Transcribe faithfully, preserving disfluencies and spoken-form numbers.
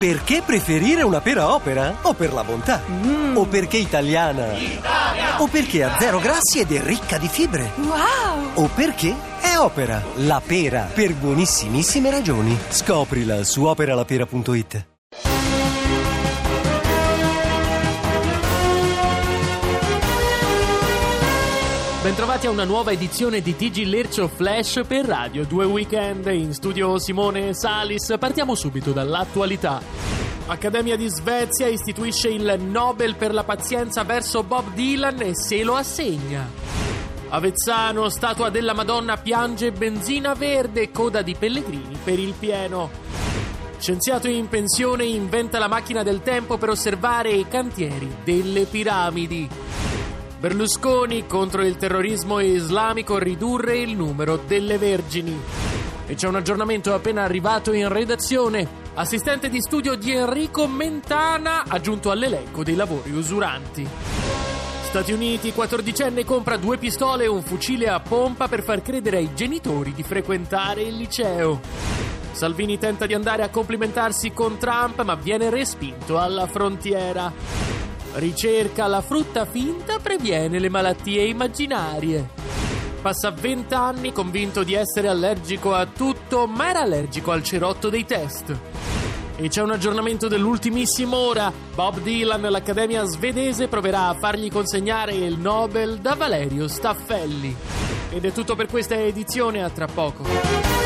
Perché preferire una pera Opera? O per la bontà? Mm. O perché italiana? Italia! O perché ha zero grassi ed è ricca di fibre? Wow! O perché è Opera, la pera, per buonissimissime ragioni. Scoprila su opera la pera punto it. Bentrovati a una nuova edizione di T G Lercio Flash per Radio due Weekend. In studio Simone Salis. Partiamo subito dall'attualità. Accademia di Svezia istituisce il Nobel per la pazienza verso Bob Dylan e se lo assegna. Avezzano, statua della Madonna piange benzina verde, coda di pellegrini per il pieno. Scienziato in pensione inventa la macchina del tempo per osservare i cantieri delle piramidi. Berlusconi contro il terrorismo islamico, ridurre il numero delle vergini. E c'è un aggiornamento appena arrivato in redazione. Assistente di studio di Enrico Mentana aggiunto all'elenco dei lavori usuranti. Stati Uniti, quattordicenne compra due pistole e un fucile a pompa per far credere ai genitori di frequentare il liceo. Salvini tenta di andare a complimentarsi con Trump ma viene respinto alla frontiera. Ricerca, la frutta finta previene le malattie immaginarie. Passa vent'anni convinto di essere allergico a tutto, ma era allergico al cerotto dei test. E c'è un aggiornamento dell'ultimissima ora. Bob Dylan, l'Accademia svedese, proverà a fargli consegnare il Nobel da Valerio Staffelli. Ed è tutto per questa edizione, a tra poco.